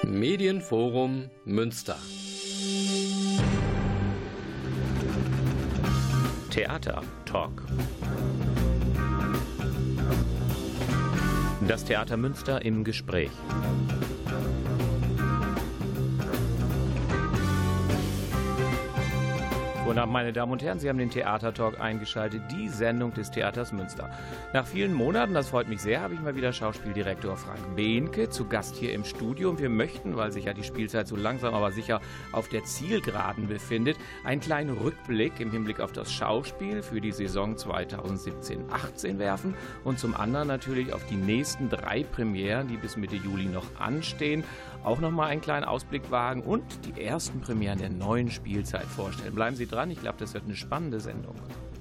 Medienforum Münster. Theater Talk. Das Theater Münster im Gespräch. Guten Abend, meine Damen und Herren, Sie haben den Theater Talk eingeschaltet, die Sendung des Theaters Münster. Nach vielen Monaten, das freut mich sehr, habe ich mal wieder Schauspieldirektor Frank Behnke zu Gast hier im Studio. Und wir möchten, weil sich ja die Spielzeit so langsam aber sicher auf der Zielgeraden befindet, einen kleinen Rückblick im Hinblick auf das Schauspiel für die Saison 2017-18 werfen und zum anderen natürlich auf die nächsten 3 Premieren, die bis Mitte Juli noch anstehen, auch nochmal einen kleinen Ausblick wagen und die ersten Premieren der neuen Spielzeit vorstellen. Bleiben Sie dran, ich glaube, das wird eine spannende Sendung.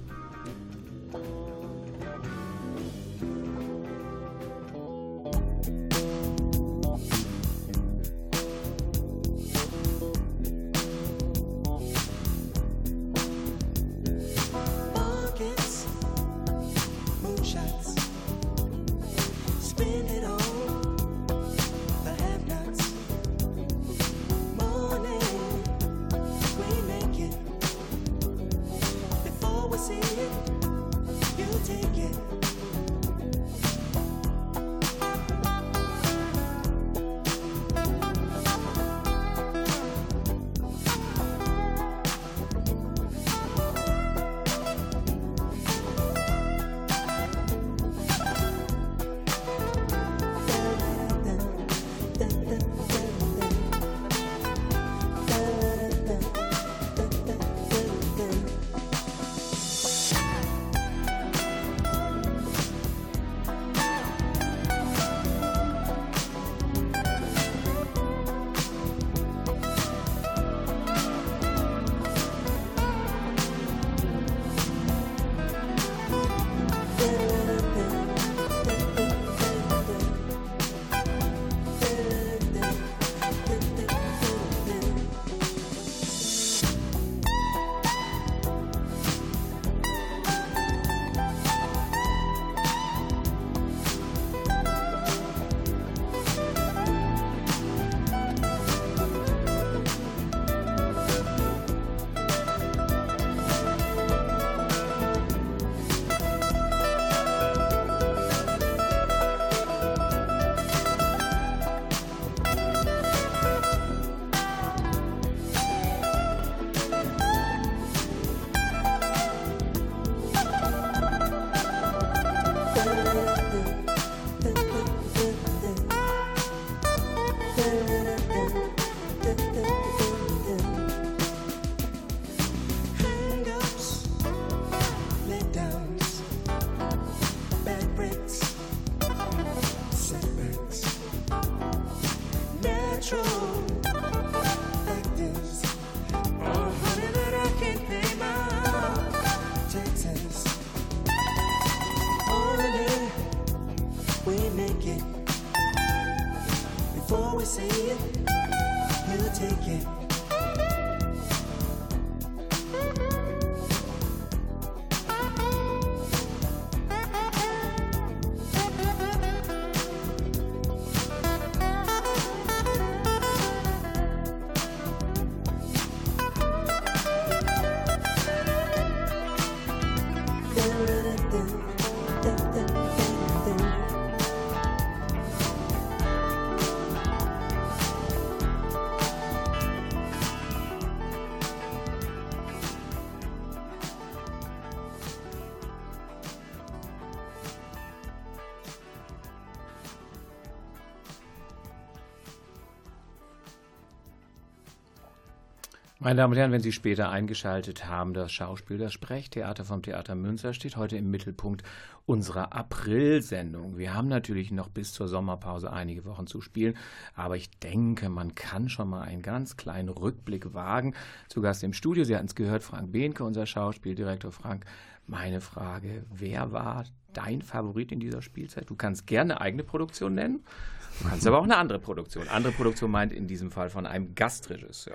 Meine Damen und Herren, wenn Sie später eingeschaltet haben, das Schauspiel, das Sprechtheater vom Theater Münster steht heute im Mittelpunkt unserer April-Sendung. Wir haben natürlich noch bis zur Sommerpause einige Wochen zu spielen, aber ich denke, man kann schon mal einen ganz kleinen Rückblick wagen. Zu Gast im Studio, Sie hatten es gehört, Frank Behnke, unser Schauspieldirektor. Frank, meine Frage, wer war dein Favorit in dieser Spielzeit? Du kannst gerne eine eigene Produktion nennen, du kannst aber auch eine andere Produktion. Andere Produktion meint in diesem Fall von einem Gastregisseur.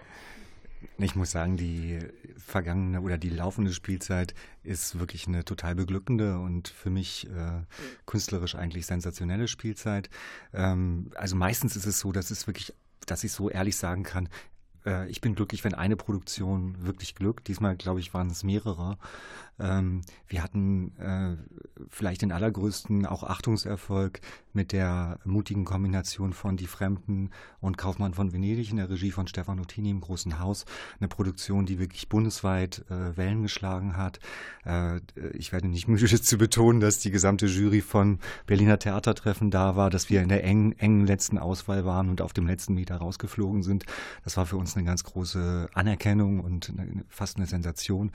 Ich muss sagen, die vergangene oder die laufende Spielzeit ist wirklich eine total beglückende und für mich künstlerisch eigentlich sensationelle Spielzeit. Also meistens ist es so, dass es wirklich dass ich so ehrlich sagen kann, ich bin glücklich, wenn eine Produktion wirklich glückt. Diesmal, glaube ich, waren es mehrere. Wir hatten vielleicht den allergrößten auch Achtungserfolg mit der mutigen Kombination von Die Fremden und Kaufmann von Venedig in der Regie von Stefan Otteni im Großen Haus. Eine Produktion, die wirklich bundesweit Wellen geschlagen hat. Ich werde nicht müde zu betonen, dass die gesamte Jury von Berliner Theatertreffen da war, dass wir in der engen letzten Auswahl waren und auf dem letzten Meter rausgeflogen sind. Das war für uns eine ganz große Anerkennung und fast eine Sensation.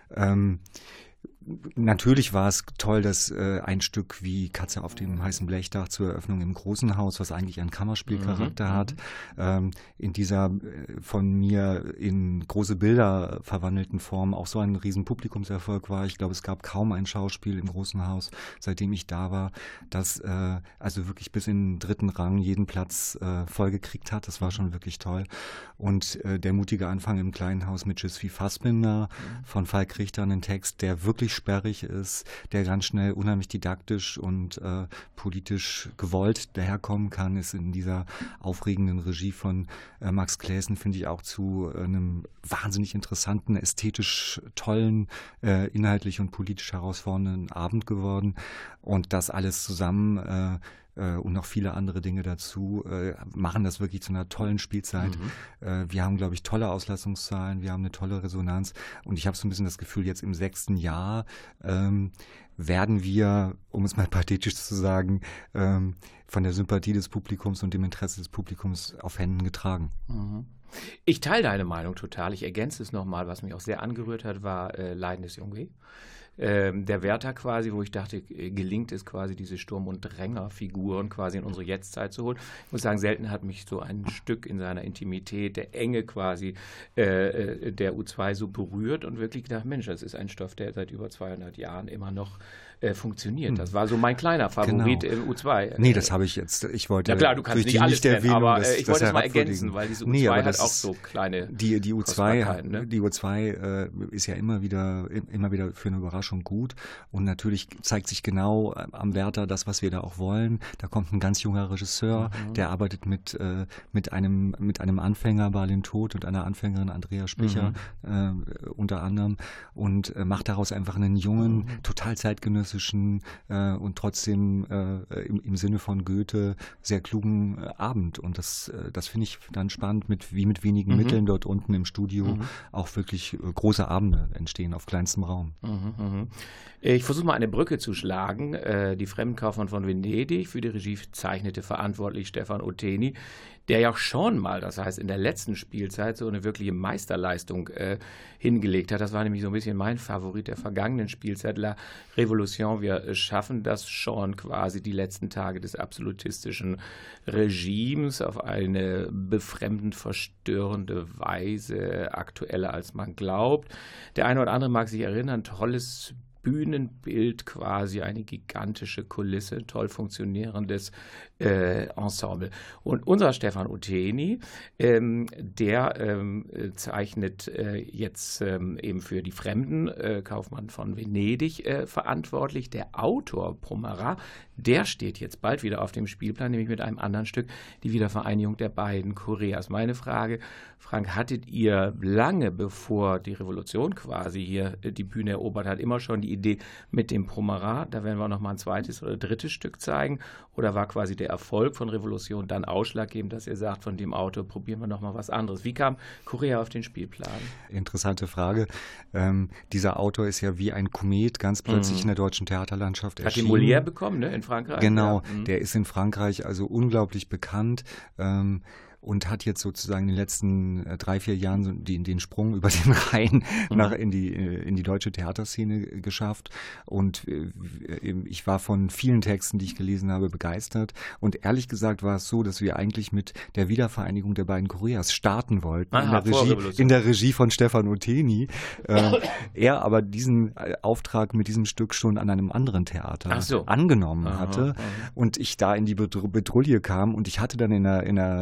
Natürlich war es toll, dass ein Stück wie Katze auf dem heißen Blechdach zur Eröffnung im Großen Haus, was eigentlich einen Kammerspielcharakter hat, in dieser von mir in große Bilder verwandelten Form auch so ein riesen Publikumserfolg war. Ich glaube, es gab kaum ein Schauspiel im Großen Haus, seitdem ich da war, das also wirklich bis in den 3. Rang jeden Platz voll gekriegt hat. Das war schon wirklich toll. Und der mutige Anfang im Kleinen Haus mit Je suis Fassbinder von Falk Richter, einen Text, der wirklich sperrig ist, der ganz schnell unheimlich didaktisch und politisch gewollt daherkommen kann, ist in dieser aufregenden Regie von Max Claessen, finde ich, auch zu einem wahnsinnig interessanten, ästhetisch tollen, inhaltlich und politisch herausfordernden Abend geworden. Und das alles zusammen und noch viele andere Dinge dazu, machen das wirklich zu einer tollen Spielzeit. Wir haben, glaube ich, tolle Auslassungszahlen, wir haben eine tolle Resonanz und ich habe so ein bisschen das Gefühl, jetzt im 6. Jahr werden wir, um es mal pathetisch zu sagen, von der Sympathie des Publikums und dem Interesse des Publikums auf Händen getragen. Ich teile deine Meinung total. Ich ergänze es nochmal, was mich auch sehr angerührt hat, war Leiden des Junge. Der Werther quasi, wo ich dachte, gelingt es quasi, diese Sturm- und Drängerfiguren quasi in unsere Jetztzeit zu holen. Ich muss sagen, selten hat mich so ein Stück in seiner Intimität, der Enge quasi der U2 so berührt und wirklich gedacht, Mensch, das ist ein Stoff, der seit über 200 Jahren immer noch funktioniert. Das war so mein kleiner Favorit im U2. Nee, das habe ich jetzt, ich wollte... Ja klar, du kannst nicht alles nennen, aber ich wollte es mal ergänzen, weil diese U2 hat auch so kleine die U2, ne? Die U2 ist ja immer wieder für eine Überraschung gut und natürlich zeigt sich genau am Werther das, was wir da auch wollen. Da kommt ein ganz junger Regisseur, der arbeitet mit einem Anfänger, Balin Todt, und einer Anfängerin, Andrea Spicher, unter anderem, und macht daraus einfach einen jungen, total zeitgenössischen und trotzdem im Sinne von Goethe sehr klugen Abend. Und das finde ich dann spannend, wie mit wenigen Mitteln dort unten im Studio auch wirklich große Abende entstehen auf kleinstem Raum. Ich versuche mal eine Brücke zu schlagen. Die Fremdenkaufmann von Venedig, für die Regie zeichnete verantwortlich Stefan Otteni, der ja auch schon mal, das heißt in der letzten Spielzeit, so eine wirkliche Meisterleistung hingelegt hat. Das war nämlich so ein bisschen mein Favorit der vergangenen Spielzeit, La Révolution. Wir schaffen das schon quasi die letzten Tage des absolutistischen Regimes auf eine befremdend verstörende Weise, aktueller als man glaubt. Der eine oder andere mag sich erinnern, tolles Bühnenbild quasi, eine gigantische Kulisse, toll funktionierendes Ensemble. Und unser Stefan Otteni, der zeichnet jetzt eben für die Fremden, Kaufmann von Venedig, verantwortlich. Der Autor Pomarat, der steht jetzt bald wieder auf dem Spielplan, nämlich mit einem anderen Stück, die Wiedervereinigung der beiden Koreas. Meine Frage, Frank, hattet ihr lange bevor die Revolution quasi hier die Bühne erobert hat, immer schon die Idee mit dem Pomarat, da werden wir noch mal ein zweites oder drittes Stück zeigen, oder war quasi der Erfolg von Revolution dann ausschlaggebend, dass ihr sagt, von dem Autor probieren wir noch mal was anderes? Wie kam Korea auf den Spielplan? Interessante Frage. Dieser Autor ist ja wie ein Komet ganz plötzlich in der deutschen Theaterlandschaft erschienen. Hat den Molière bekommen, ne, in Frankreich? Genau, ja. Der ist in Frankreich also unglaublich bekannt. Und hat jetzt sozusagen in den letzten 3-4 Jahren den Sprung über den Rhein in die deutsche Theaterszene geschafft. Und ich war von vielen Texten, die ich gelesen habe, begeistert. Und ehrlich gesagt war es so, dass wir eigentlich mit der Wiedervereinigung der beiden Koreas starten wollten. In der Regie von Stefan Otteni. Er aber diesen Auftrag mit diesem Stück schon an einem anderen Theater angenommen hatte. Und ich da in die Bedrulle kam. Und ich hatte dann in der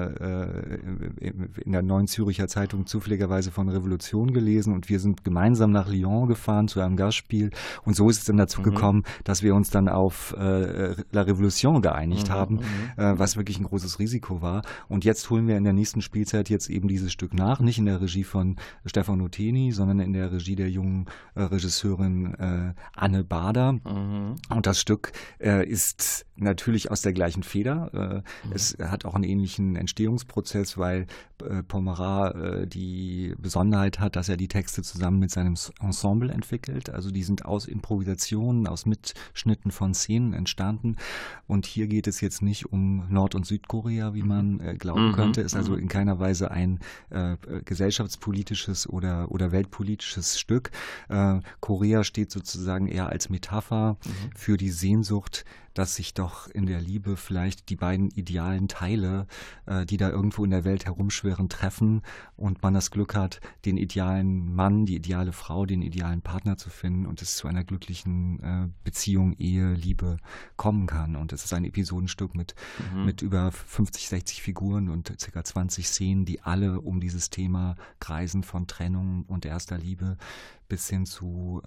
in der Neuen Züricher Zeitung zufälligerweise von Revolution gelesen und wir sind gemeinsam nach Lyon gefahren zu einem Gastspiel und so ist es dann dazu gekommen, dass wir uns dann auf La Revolution geeinigt haben, was wirklich ein großes Risiko war. Und jetzt holen wir in der nächsten Spielzeit jetzt eben dieses Stück nach, nicht in der Regie von Stefano Teni, sondern in der Regie der jungen Regisseurin Anne Bader. Und das Stück ist natürlich aus der gleichen Feder. Es hat auch einen ähnlichen Entstehungsprozess, weil Pomerat die Besonderheit hat, dass er die Texte zusammen mit seinem Ensemble entwickelt. Also die sind aus Improvisationen, aus Mitschnitten von Szenen entstanden. Und hier geht es jetzt nicht um Nord- und Südkorea, wie man glauben könnte. Ist also in keiner Weise ein gesellschaftspolitisches oder weltpolitisches Stück. Korea steht sozusagen eher als Metapher für die Sehnsucht, dass sich doch in der Liebe vielleicht die beiden idealen Teile, die da irgendwo in der Welt herumschwirren, treffen und man das Glück hat, den idealen Mann, die ideale Frau, den idealen Partner zu finden und es zu einer glücklichen Beziehung, Ehe, Liebe kommen kann. Und es ist ein Episodenstück mit über 50, 60 Figuren und ca. 20 Szenen, die alle um dieses Thema kreisen, von Trennung und erster Liebe bis hin zu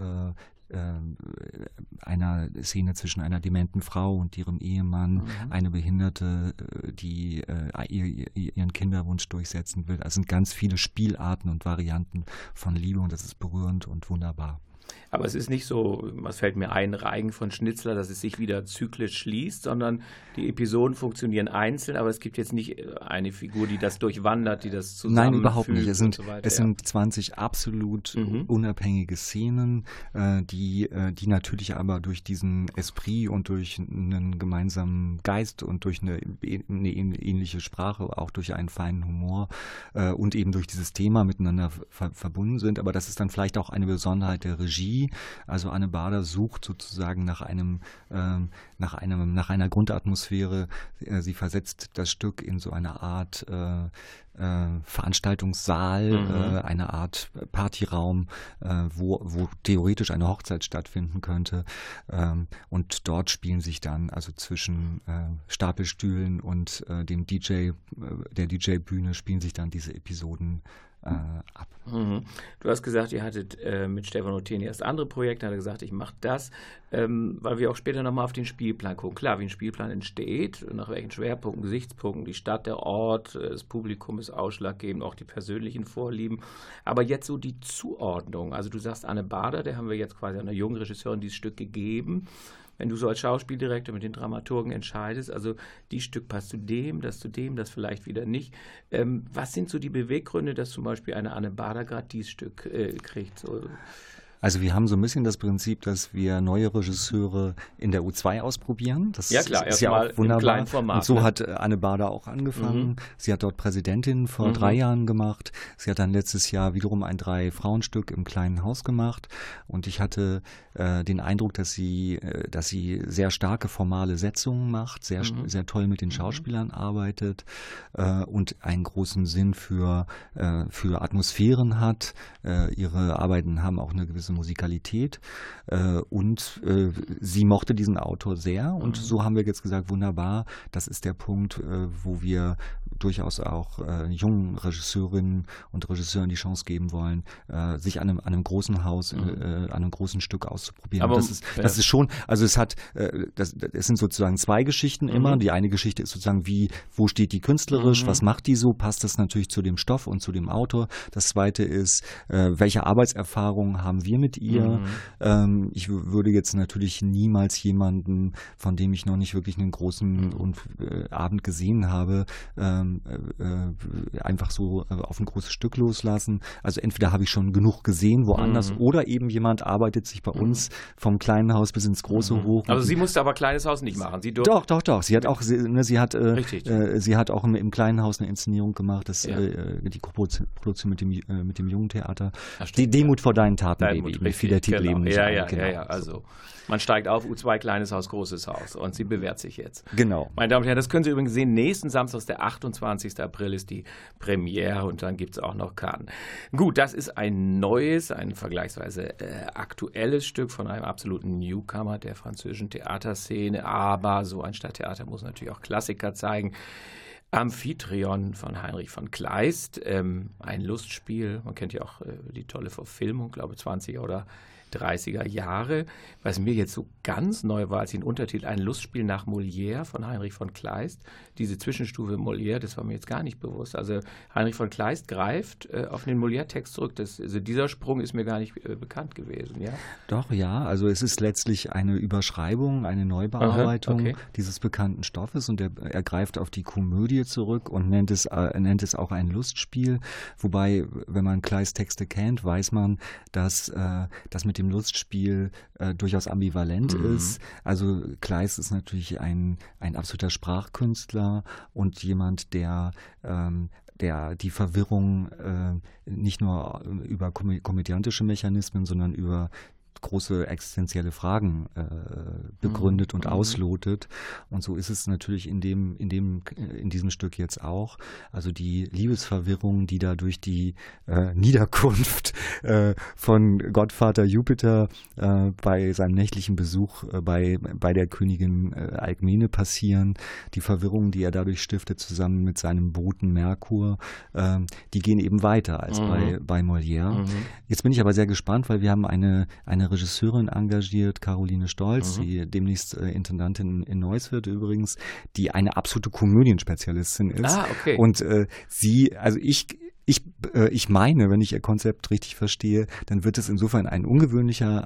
einer Szene zwischen einer dementen Frau und ihrem Ehemann, eine Behinderte, die ihren Kinderwunsch durchsetzen will. Es sind ganz viele Spielarten und Varianten von Liebe und das ist berührend und wunderbar. Aber es ist nicht so, was fällt mir ein, Reigen von Schnitzler, dass es sich wieder zyklisch schließt, sondern die Episoden funktionieren einzeln, aber es gibt jetzt nicht eine Figur, die das durchwandert, die das zusammenfügt. Nein, überhaupt nicht. Es sind 20 absolut unabhängige Szenen, die natürlich aber durch diesen Esprit und durch einen gemeinsamen Geist und durch eine ähnliche Sprache, auch durch einen feinen Humor und eben durch dieses Thema miteinander verbunden sind. Aber das ist dann vielleicht auch eine Besonderheit der Regie. Also Anne Bader sucht sozusagen nach einer Grundatmosphäre. Sie versetzt das Stück in so eine Art Veranstaltungssaal, eine Art Partyraum, wo theoretisch eine Hochzeit stattfinden könnte. Und dort spielen sich dann also zwischen Stapelstühlen und der DJ-Bühne spielen sich dann diese Episoden ab. Du hast gesagt, ihr hattet mit Stefano Teni erst andere Projekte, hat er gesagt, ich mache das, weil wir auch später nochmal auf den Spielplan gucken. Klar, wie ein Spielplan entsteht, nach welchen Schwerpunkten, Gesichtspunkten, die Stadt, der Ort, das Publikum ist ausschlaggebend, auch die persönlichen Vorlieben. Aber jetzt so die Zuordnung, also du sagst Anne Bader, der haben wir jetzt quasi einer jungen Regisseurin dieses Stück gegeben. Wenn du so als Schauspieldirektor mit den Dramaturgen entscheidest, also die Stück passt zu dem, das vielleicht wieder nicht. Was sind so die Beweggründe, dass zum Beispiel eine Anne Bader gerade dieses Stück kriegt? So? Also wir haben so ein bisschen das Prinzip, dass wir neue Regisseure in der U2 ausprobieren. Das ist ja auch wunderbar. Format, und so hat Anne Bader auch angefangen. Sie hat dort Präsidentin vor 3 Jahren gemacht. Sie hat dann letztes Jahr wiederum ein 3-Frauenstück im kleinen Haus gemacht. Und ich hatte den Eindruck, dass sie sehr starke formale Setzungen macht, sehr toll mit den Schauspielern arbeitet und einen großen Sinn für Atmosphären hat. Ihre Arbeiten haben auch eine gewisse Musikalität und sie mochte diesen Autor sehr und so haben wir jetzt gesagt, wunderbar, das ist der Punkt, wo wir durchaus auch jungen Regisseurinnen und Regisseuren die Chance geben wollen, sich an einem großen Haus, an einem großen Stück auszuprobieren. Aber das ist schon, also es sind sozusagen 2 Geschichten immer. Die eine Geschichte ist sozusagen, wo steht die künstlerisch, was macht die so, passt das natürlich zu dem Stoff und zu dem Autor. Das zweite ist, welche Arbeitserfahrungen haben wir mit ihr? Ich würde jetzt natürlich niemals jemanden, von dem ich noch nicht wirklich einen großen Abend gesehen habe, einfach so auf ein großes Stück loslassen. Also entweder habe ich schon genug gesehen woanders oder eben jemand arbeitet sich bei uns vom kleinen Haus bis ins große hoch. Also sie musste aber kleines Haus nicht machen. Doch. Sie hat auch, sie hat auch im kleinen Haus eine Inszenierung gemacht, die Koproduktion mit dem Jugendtheater. Die Demut vor deinen Taten, Baby. Wie der Titel eben nicht Ja. Also man steigt auf, U2, kleines Haus, großes Haus und sie bewährt sich jetzt. Genau. Meine Damen und Herren, das können Sie übrigens sehen. Nächsten Samstag, der 28. April, ist die Premiere und dann gibt es auch noch Karten. Gut, das ist ein vergleichsweise aktuelles Stück von einem absoluten Newcomer der französischen Theaterszene, aber so ein Stadttheater muss natürlich auch Klassiker zeigen. Amphitryon von Heinrich von Kleist, ein Lustspiel. Man kennt ja auch die tolle Verfilmung, glaube 20er oder 30er Jahre. Was mir jetzt so ganz neu war, als den Untertitel ein Lustspiel nach Molière von Heinrich von Kleist. Diese Zwischenstufe Molière, das war mir jetzt gar nicht bewusst. Also Heinrich von Kleist greift auf den Molière-Text zurück. Also dieser Sprung ist mir gar nicht bekannt gewesen. Ja? Doch, ja. Also es ist letztlich eine Überschreibung, eine Neubearbeitung dieses bekannten Stoffes und er greift auf die Komödie zurück und nennt es auch ein Lustspiel. Wobei, wenn man Kleists Texte kennt, weiß man, dass das mit dem Lustspiel durchaus ambivalent ist. Also Kleist ist natürlich ein absoluter Sprachkünstler und jemand, der die Verwirrung nicht nur über komödiantische Mechanismen, sondern über große existenzielle Fragen begründet und auslotet. Und so ist es natürlich in diesem Stück jetzt auch. Also die Liebesverwirrung, die da durch die Niederkunft von Gottvater Jupiter bei seinem nächtlichen Besuch bei der Königin Alkmene passieren, die Verwirrung, die er dadurch stiftet, zusammen mit seinem Boten Merkur, die gehen eben weiter als bei Molière. Jetzt bin ich aber sehr gespannt, weil wir haben eine Regisseurin engagiert, Caroline Stolz, die demnächst Intendantin in Neuss wird übrigens, die eine absolute Komödienspezialistin ist. Und ich meine, wenn ich ihr Konzept richtig verstehe, dann wird es insofern ein ungewöhnlicher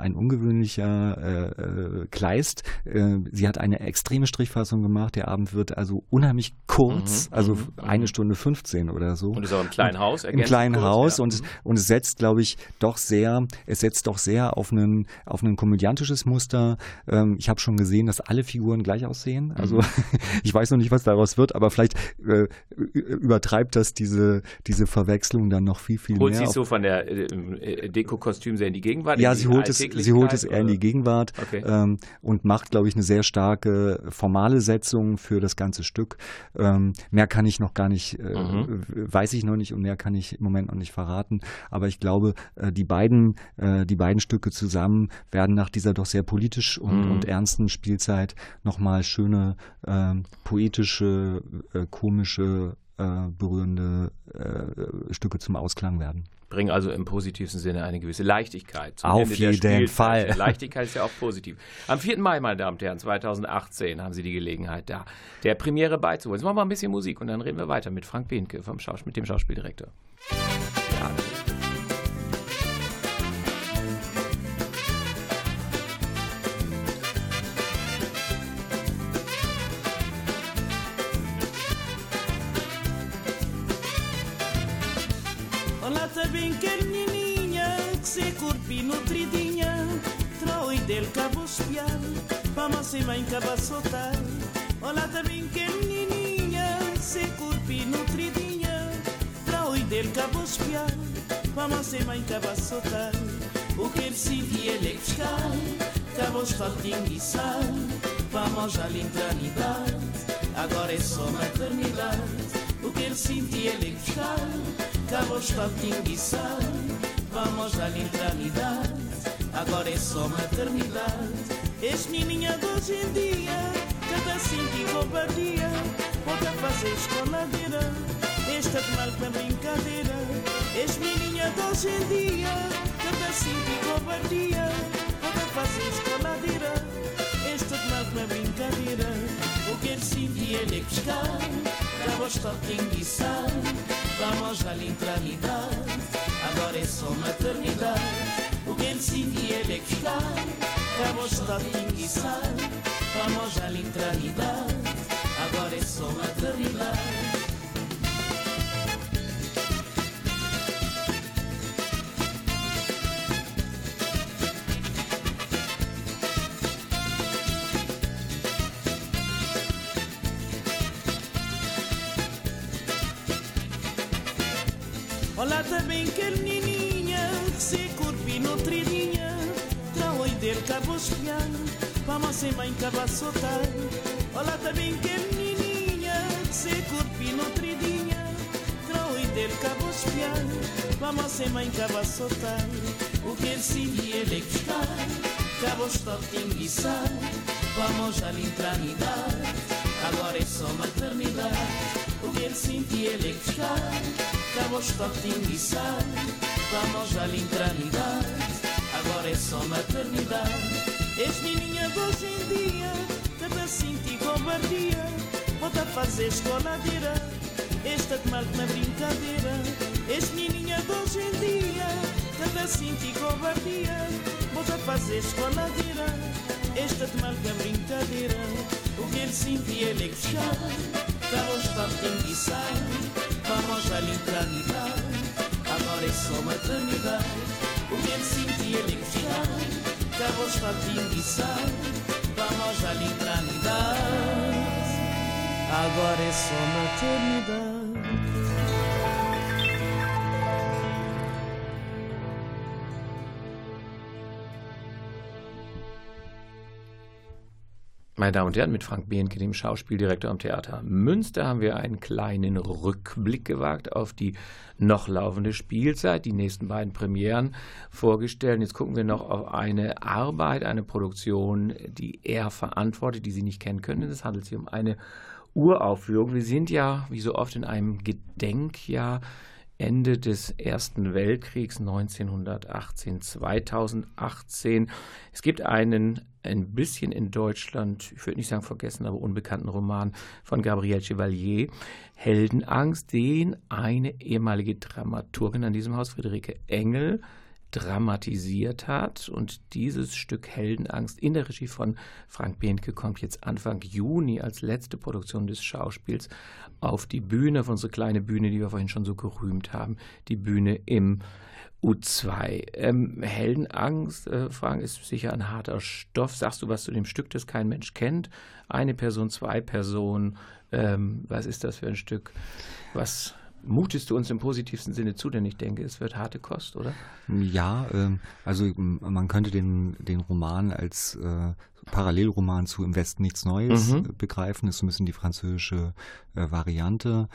Kleist. Sie hat eine extreme Strichfassung gemacht. Der Abend wird also unheimlich kurz, also 1 Stunde 15 oder so. Und ist auch im kleinen Haus. Im kleinen Haus und es setzt, glaube ich, doch sehr auf ein komödiantisches Muster. Ich habe schon gesehen, dass alle Figuren gleich aussehen. Also ich weiß noch nicht, was daraus wird, aber vielleicht übertreibt das diese Verwechslung dann noch viel mehr. Holt sie es so von der Deko-Kostüm sehr in die Gegenwart? Ja, sie holt es eher in die Gegenwart und macht, glaube ich, eine sehr starke formale Setzung für das ganze Stück. Mehr kann ich noch gar nicht, weiß ich noch nicht und mehr kann ich im Moment noch nicht verraten. Aber ich glaube, die beiden Stücke zusammen werden nach dieser doch sehr politisch und ernsten Spielzeit nochmal schöne, poetische, komische, berührende Stücke zum Ausklang werden. Bringen also im positivsten Sinne eine gewisse Leichtigkeit zum Auf Ende der jeden Fall. Leichtigkeit ist ja auch positiv. Am 4. Mai, meine Damen und Herren, 2018 haben Sie die Gelegenheit, da der Premiere beizuwohnen. Jetzt machen wir mal ein bisschen Musik und dann reden wir weiter mit Frank Behnke, mit dem Schauspieldirektor. Ja. Olá, tá bem carninha, que se corpi nutridinha, troi del cabo espiar, vamos se mãe caba soltar. Olá, tá bem carninha, que se corpi nutridinha, troi del cabo espiar, vamos se mãe caba soltar. O que se dia ele buscar, cabo está tinguiçar, vamos à lintranidade, agora é só maternidade. O que se dia ele buscar, cabo está tinguiçar, vamos à lintranidade, agora é só maternidade. És menininha de hoje em dia, cada cinco e covardia, pode fazer escoladeira, esta de mal para brincadeira. És menininha de hoje em dia, cada cinco e covardia, pode fazer escoladeira, esta de mal para brincadeira. O que se dia ele buscar, cabo está tinguiçar, vamos à lintranidade, agora é só maternidade. O que decidi ele buscar, cabo está tinguiçar, vamos à lintranidade, agora é só maternidade. Olá, tá bem carninha, que se corpi nutridinha, troi del cabo espiar, vamos sem mãe caba soltar. Olá, tá bem carninha, que se corpi nutridinha, troi del cabo espiar, vamos sem mãe caba soltar. O que decidi ele buscar, cabo está tinguiçar, vamos à lintranidade, agora é só maternidade. O que ele sentia ele que buscar, acabou o estoque de enguiçar. Vamos à intranidade, agora é só maternidade. És menininha de hoje em dia, cada senti covardia. Vou-te a fazer escoladeira, esta de mal na brincadeira. És menininha de hoje em dia, cada senti covardia. Vou-te a fazer escoladeira, esta de mal na brincadeira. O que ele sentia ele que buscar, acabou o estoque de enguiçar. Vamos à intranidade, agora é só maternidade. O que ele sentia ele que buscar, acabou o estoque de enguiçar. Vamos à intranidade, agora é só maternidade. Meine Damen und Herren, mit Frank Behnke, dem Schauspieldirektor am Theater Münster, haben wir einen kleinen Rückblick gewagt auf die noch laufende Spielzeit, die nächsten beiden Premieren vorgestellt. Jetzt gucken wir noch auf eine Arbeit, eine Produktion, die er verantwortet, die Sie nicht kennen können. Es handelt sich um eine Uraufführung. Wir sind ja, wie so oft, in einem Gedenkjahr. Ende des Ersten Weltkriegs 1918, 2018. Es gibt einen ein bisschen in Deutschland, ich würde nicht sagen vergessen, aber unbekannten Roman von Gabrielle Chevalier, Heldenangst, den eine ehemalige Dramaturgin an diesem Haus, Friederike Engel, dramatisiert hat. Und dieses Stück Heldenangst in der Regie von Frank Behnke kommt jetzt Anfang Juni als letzte Produktion des Schauspiels auf die Bühne, auf unsere kleine Bühne, die wir vorhin schon so gerühmt haben, die Bühne im U2. Heldenangst, Frank, ist sicher ein harter Stoff. Sagst du was zu dem Stück, das kein Mensch kennt? Eine Person, zwei Personen. Was ist das für ein Stück? Was mutest du uns im positivsten Sinne zu? Denn ich denke, es wird harte Kost, oder? Ja, also man könnte den Roman als Parallelroman zu Im Westen nichts Neues begreifen. Das ist ein bisschen die französische Variante.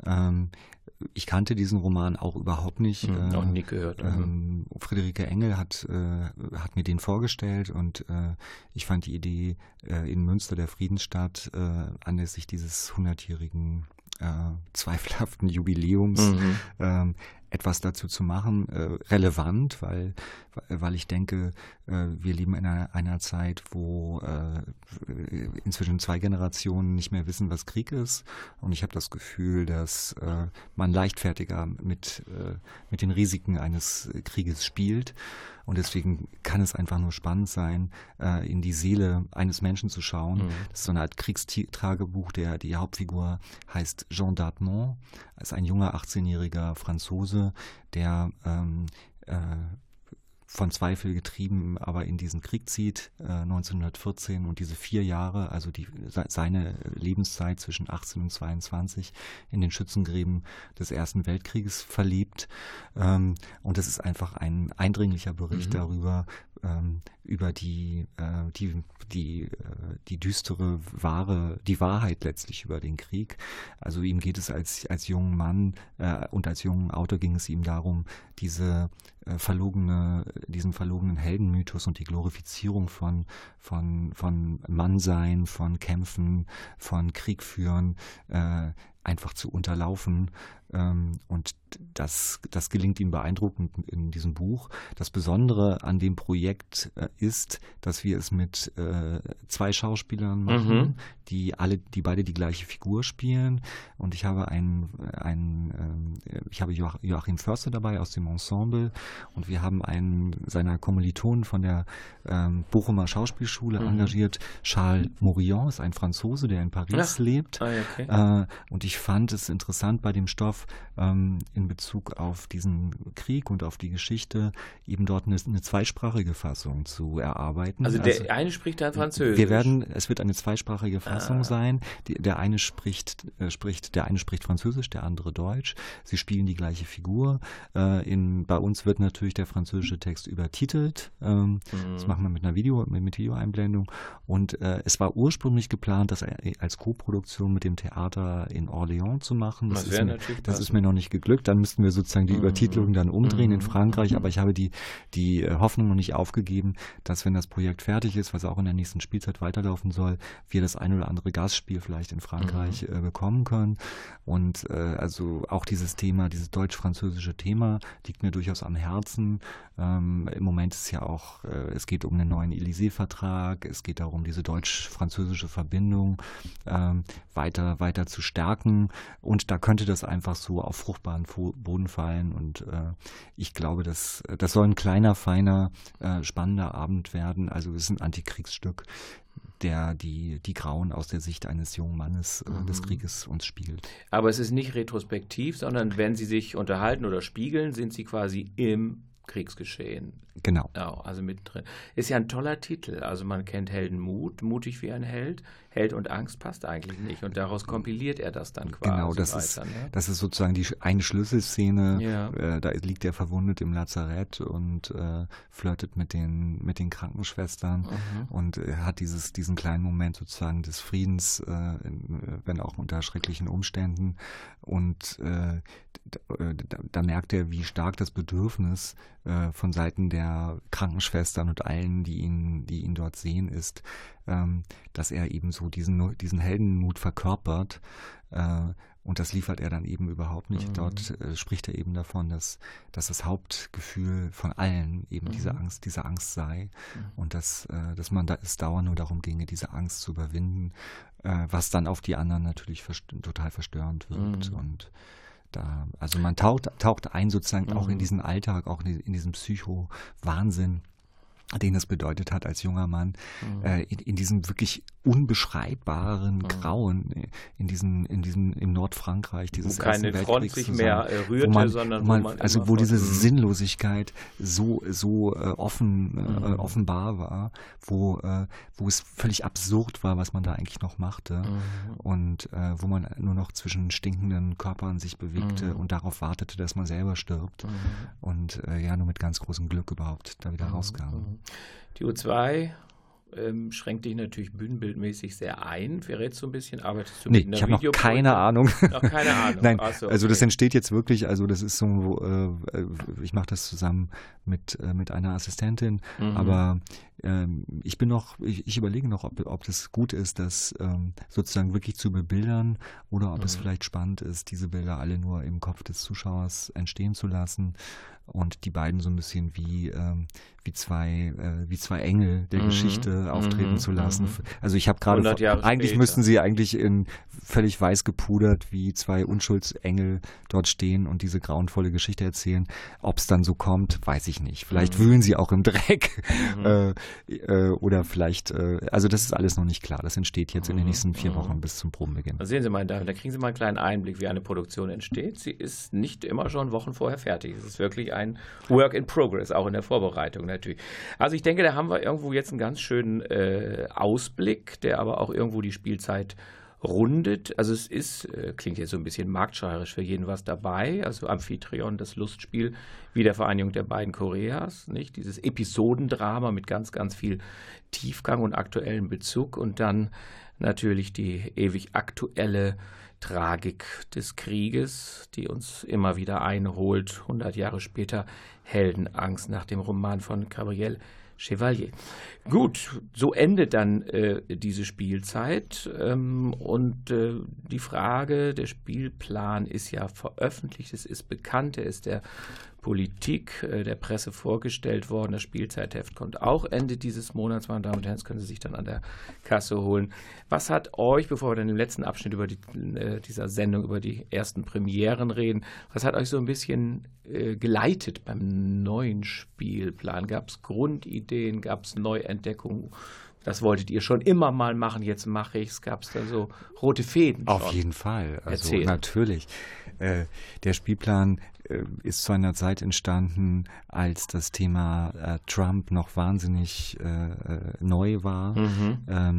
Ich kannte diesen Roman auch überhaupt nicht. Noch nie gehört. Friederike Engel hat mir den vorgestellt und ich fand die Idee in Münster, der Friedensstadt, anlässlich dieses 100-jährigen zweifelhaften Jubiläums etwas dazu zu machen, relevant, weil ich denke, wir leben in einer Zeit, wo inzwischen 2 Generationen nicht mehr wissen, was Krieg ist. Und ich habe das Gefühl, dass man leichtfertiger mit den Risiken eines Krieges spielt. Und deswegen kann es einfach nur spannend sein, in die Seele eines Menschen zu schauen. Das ist so eine Art Kriegstagebuch. Die Hauptfigur heißt Jean Dartmont, ist ein junger 18-jähriger Franzose, der von Zweifel getrieben aber in diesen Krieg zieht, 1914, und diese 4 Jahre, also seine Lebenszeit zwischen 18 und 22 in den Schützengräben des Ersten Weltkrieges verlebt. Und das ist einfach ein eindringlicher Bericht darüber, über die düstere die Wahrheit letztlich über den Krieg. Also ihm geht es als jungen Mann und als jungen Autor ging es ihm darum, diesen verlogenen Heldenmythos und die Glorifizierung von Mannsein, von Kämpfen, von Krieg führen, einfach zu unterlaufen. Und das gelingt ihm beeindruckend in diesem Buch. Das Besondere an dem Projekt ist, dass wir es mit 2 Schauspielern machen, die beide die gleiche Figur spielen. Und ich habe Joachim Förster dabei aus dem Ensemble und wir haben einen seiner Kommilitonen von der Bochumer Schauspielschule engagiert. Charles Morillon ist ein Franzose, der in Paris lebt. Okay. Und ich fand es interessant bei dem Stoff in Bezug auf diesen Krieg und auf die Geschichte eben dort eine zweisprachige Fassung zu erarbeiten. Also der eine spricht dann Französisch. Es wird eine zweisprachige Fassung sein. Der eine spricht Französisch, der andere Deutsch. Sie spielen die gleiche Figur. Bei uns wird natürlich der französische Text übertitelt. Das machen wir mit Videoeinblendung. Und es war ursprünglich geplant, das als Koproduktion mit dem Theater in Orléans zu machen. Das ist mir noch nicht geglückt. Dann müssten wir sozusagen die Übertitelung dann umdrehen in Frankreich. Aber ich habe die Hoffnung noch nicht aufgegeben, dass, wenn das Projekt fertig ist, was auch in der nächsten Spielzeit weiterlaufen soll, wir das ein oder andere Gastspiel vielleicht in Frankreich bekommen können. Und also auch dieses Thema, dieses deutsch-französische Thema liegt mir durchaus am Herzen. Im Moment ist ja auch, es geht um einen neuen Élysée-Vertrag, es geht darum, diese deutsch-französische Verbindung weiter zu stärken, und da könnte das einfach so auf fruchtbaren Boden fallen, und ich glaube, das soll ein kleiner, feiner, spannender Abend werden. Also es ist ein Antikriegsstück, der die Grauen aus der Sicht eines jungen Mannes des Krieges uns spielt. Aber es ist nicht retrospektiv, sondern wenn Sie sich unterhalten oder spiegeln, sind Sie quasi im Kriegsgeschehen. Genau. Ja, also mittendrin. Ist ja ein toller Titel. Also man kennt Heldenmut, mutig wie ein Held. Held und Angst passt eigentlich nicht. Und daraus kompiliert er das dann quasi. Genau, das ist sozusagen eine Schlüsselszene. Ja. Da liegt er verwundet im Lazarett und flirtet mit den Krankenschwestern und hat diesen kleinen Moment sozusagen des Friedens, wenn auch unter schrecklichen Umständen. Und da merkt er, wie stark das Bedürfnis von Seiten der Krankenschwestern und allen, die ihn dort sehen, ist, dass er eben so diesen Heldenmut verkörpert. Und das liefert er dann eben überhaupt nicht. Dort spricht er eben davon, dass das Hauptgefühl von allen eben diese Angst sei. Und dass es dauernd nur darum ginge, diese Angst zu überwinden, was dann auf die anderen natürlich total verstörend wirkt. Und also man taucht ein sozusagen auch in diesen Alltag, auch in diesen Psycho-Wahnsinn, den es bedeutet hat als junger Mann, in diesem wirklich unbeschreibbaren Grauen, im Nordfrankreich, dieses Ersten Weltkriegs, wo keine Front sich mehr rührte, sondern wo diese Sinnlosigkeit so offenbar war, wo es völlig absurd war, was man da eigentlich noch machte, und wo man nur noch zwischen stinkenden Körpern sich bewegte und darauf wartete, dass man selber stirbt, und nur mit ganz großem Glück überhaupt da wieder rauskam. Die U2 schränkt dich natürlich bühnenbildmäßig sehr ein. Verrätst du ein bisschen? Arbeitest du mit einer ich habe noch keine Ahnung. Noch keine Ahnung. Nein, also das entsteht jetzt wirklich, also das ist so, ich mache das zusammen mit einer Assistentin, aber ich überlege noch, ob das gut ist, das sozusagen wirklich zu bebildern, oder ob es vielleicht spannend ist, diese Bilder alle nur im Kopf des Zuschauers entstehen zu lassen und die beiden so ein bisschen wie zwei Engel der Geschichte auftreten zu lassen. Also ich habe gerade, eigentlich müssten sie eigentlich in völlig weiß gepudert wie zwei Unschuldsengel dort stehen und diese grauenvolle Geschichte erzählen. Ob es dann so kommt, weiß ich nicht. Vielleicht wühlen sie auch im Dreck oder vielleicht, also das ist alles noch nicht klar. Das entsteht jetzt in den nächsten 4 Wochen bis zum Probenbeginn. Da sehen Sie mal, da kriegen Sie mal einen kleinen Einblick, wie eine Produktion entsteht. Sie ist nicht immer schon Wochen vorher fertig. Es ist wirklich ein Work in Progress, auch in der Vorbereitung natürlich. Also ich denke, da haben wir irgendwo jetzt einen ganz schönen Ausblick, der aber auch irgendwo die Spielzeit rundet. Also es ist, klingt jetzt so ein bisschen marktschreierisch, für jeden was dabei. Also Amphitryon, das Lustspiel, Wiedervereinigung der beiden Koreas, nicht? Dieses Episodendrama mit ganz, ganz viel Tiefgang und aktuellem Bezug, und dann natürlich die ewig aktuelle Tragik des Krieges, die uns immer wieder einholt, 100 Jahre später, Heldenangst nach dem Roman von Gabriel Chevalier. Gut, so endet dann diese Spielzeit, und die Frage, der Spielplan ist ja veröffentlicht, es ist bekannt, er ist der Politik, der Presse vorgestellt worden. Das Spielzeitheft kommt auch Ende dieses Monats, meine Damen und Herren, das können Sie sich dann an der Kasse holen. Was hat euch, bevor wir dann im letzten Abschnitt über dieser Sendung über die ersten Premieren reden, was hat euch so ein bisschen geleitet beim neuen Spielplan? Gab es Grundideen, gab es Neuentdeckungen? Das wolltet ihr schon immer mal machen, jetzt mache ich es. Gab es da so rote Fäden schon? Auf jeden Fall, also natürlich. Der Spielplan ist zu einer Zeit entstanden, als das Thema Trump noch wahnsinnig neu war.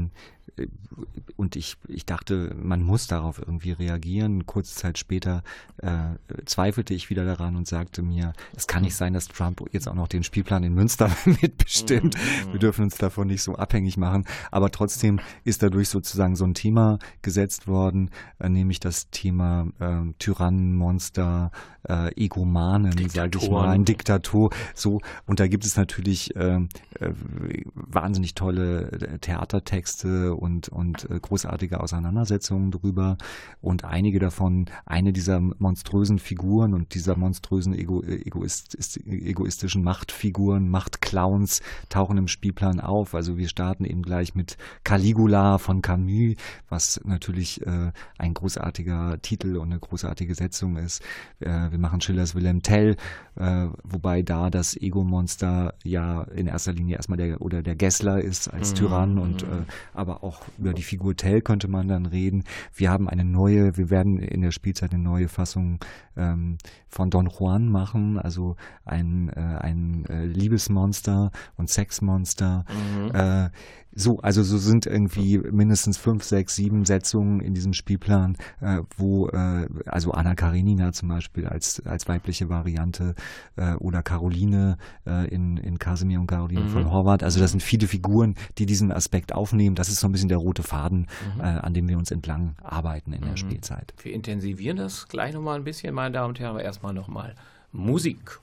und ich dachte, man muss darauf irgendwie reagieren. Kurze Zeit später zweifelte ich wieder daran und sagte mir, es kann nicht sein, dass Trump jetzt auch noch den Spielplan in Münster mitbestimmt. Wir dürfen uns davon nicht so abhängig machen. Aber trotzdem ist dadurch sozusagen so ein Thema gesetzt worden, nämlich das Thema Tyrannen, Monster, Egomanen, sage ich mal, ein Diktator. So, und da gibt es natürlich wahnsinnig tolle Theatertexte und großartige Auseinandersetzungen drüber. Und einige davon, eine dieser monströsen Figuren und dieser monströsen egoistischen Machtfiguren, Machtclowns tauchen im Spielplan auf. Also wir starten eben gleich mit Caligula von Camus, was natürlich ein großartiger Titel und eine großartige Setzung ist. Wir machen Schillers Wilhelm Tell, wobei da das Ego-Monster ja in erster Linie erstmal der Gessler ist als Tyrann und aber auch über die Figur Tell könnte man dann reden. Wir werden in der Spielzeit eine neue Fassung von Don Juan machen, also ein Liebesmonster und Sexmonster. So sind irgendwie mindestens 5, 6, 7 Setzungen in diesem Spielplan, wo also Anna Karenina zum Beispiel als weibliche Variante oder Caroline in Kasimir und Caroline von Horvath. Also das sind viele Figuren, die diesen Aspekt aufnehmen. Das ist so ein bisschen der rote Faden, an dem wir uns entlang arbeiten in der Spielzeit. Wir intensivieren das gleich nochmal ein bisschen, meine Damen und Herren, aber erstmal nochmal Musik.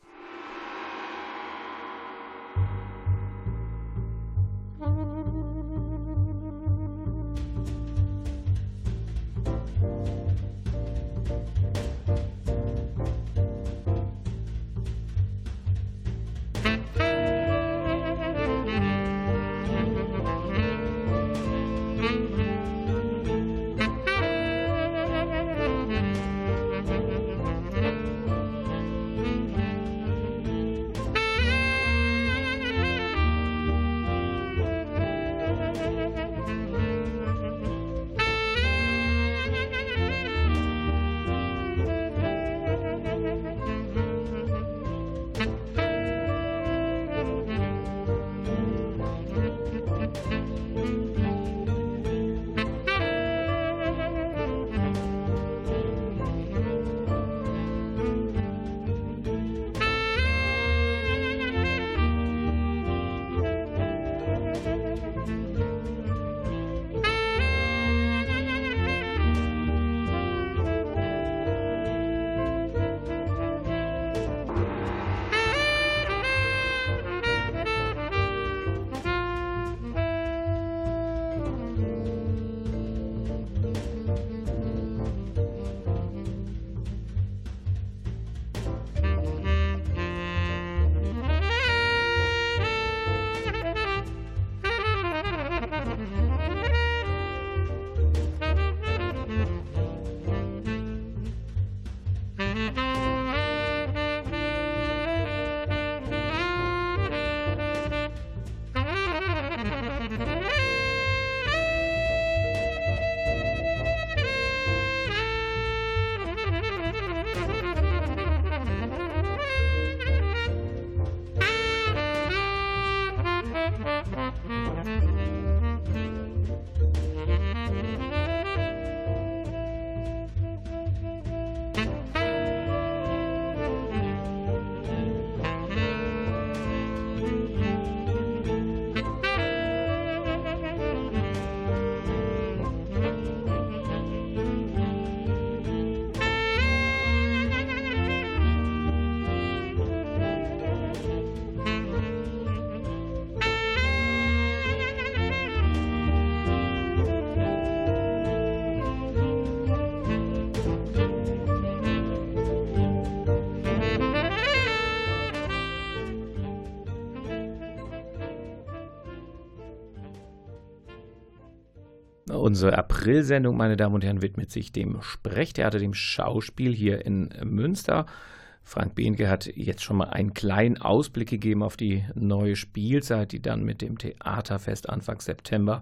Unsere April-Sendung, meine Damen und Herren, widmet sich dem Sprechtheater, dem Schauspiel hier in Münster. Frank Behnke hat jetzt schon mal einen kleinen Ausblick gegeben auf die neue Spielzeit, die dann mit dem Theaterfest Anfang September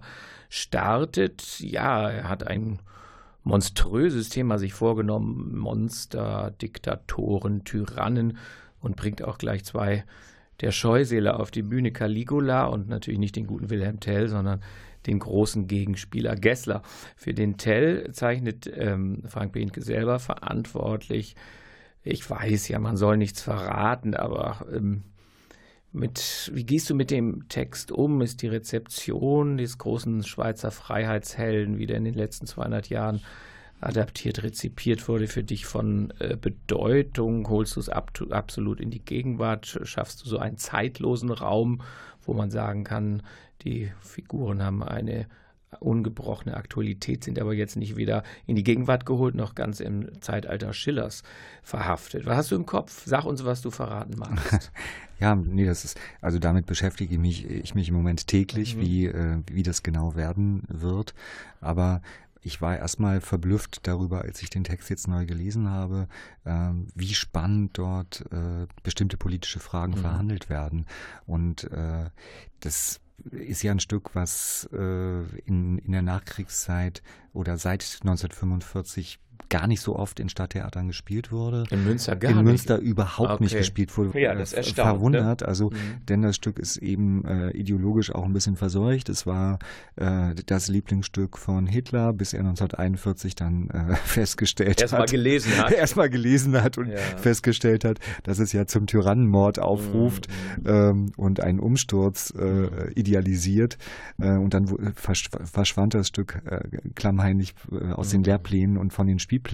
startet. Ja, er hat ein monströses Thema sich vorgenommen, Monster, Diktatoren, Tyrannen, und bringt auch gleich zwei der Scheusale auf die Bühne, Caligula und natürlich nicht den guten Wilhelm Tell, sondern den großen Gegenspieler Gessler. Für den Tell zeichnet Frank Behnke selber verantwortlich. Ich weiß ja, man soll nichts verraten, aber wie gehst du mit dem Text um? Ist die Rezeption des großen Schweizer Freiheitshelden, wie der in den letzten 200 Jahren adaptiert, rezipiert wurde, für dich von Bedeutung? Holst du es absolut in die Gegenwart? Schaffst du so einen zeitlosen Raum, wo man sagen kann, die Figuren haben eine ungebrochene Aktualität, sind aber jetzt nicht weder in die Gegenwart geholt, noch ganz im Zeitalter Schillers verhaftet. Was hast du im Kopf? Sag uns, was du verraten magst. Ja, nee, also damit beschäftige ich mich im Moment täglich, wie das genau werden wird. Aber ich war erstmal verblüfft darüber, als ich den Text jetzt neu gelesen habe, wie spannend dort bestimmte politische Fragen verhandelt werden. Und das ist ja ein Stück, was in der Nachkriegszeit oder seit 1945 gar nicht so oft in Stadttheatern gespielt wurde. In Münster gar nicht? In Münster überhaupt nicht gespielt wurde. Ja, das erstaunt. Verwundert, ne? Denn das Stück ist eben ideologisch auch ein bisschen verseucht. Es war das Lieblingsstück von Hitler, bis er 1941 dann festgestellt hat. Erstmal gelesen hat und festgestellt hat, dass es ja zum Tyrannenmord aufruft und einen Umsturz idealisiert. Und dann verschwand das Stück klammheimlich aus den Lehrplänen und von den Spielplänen.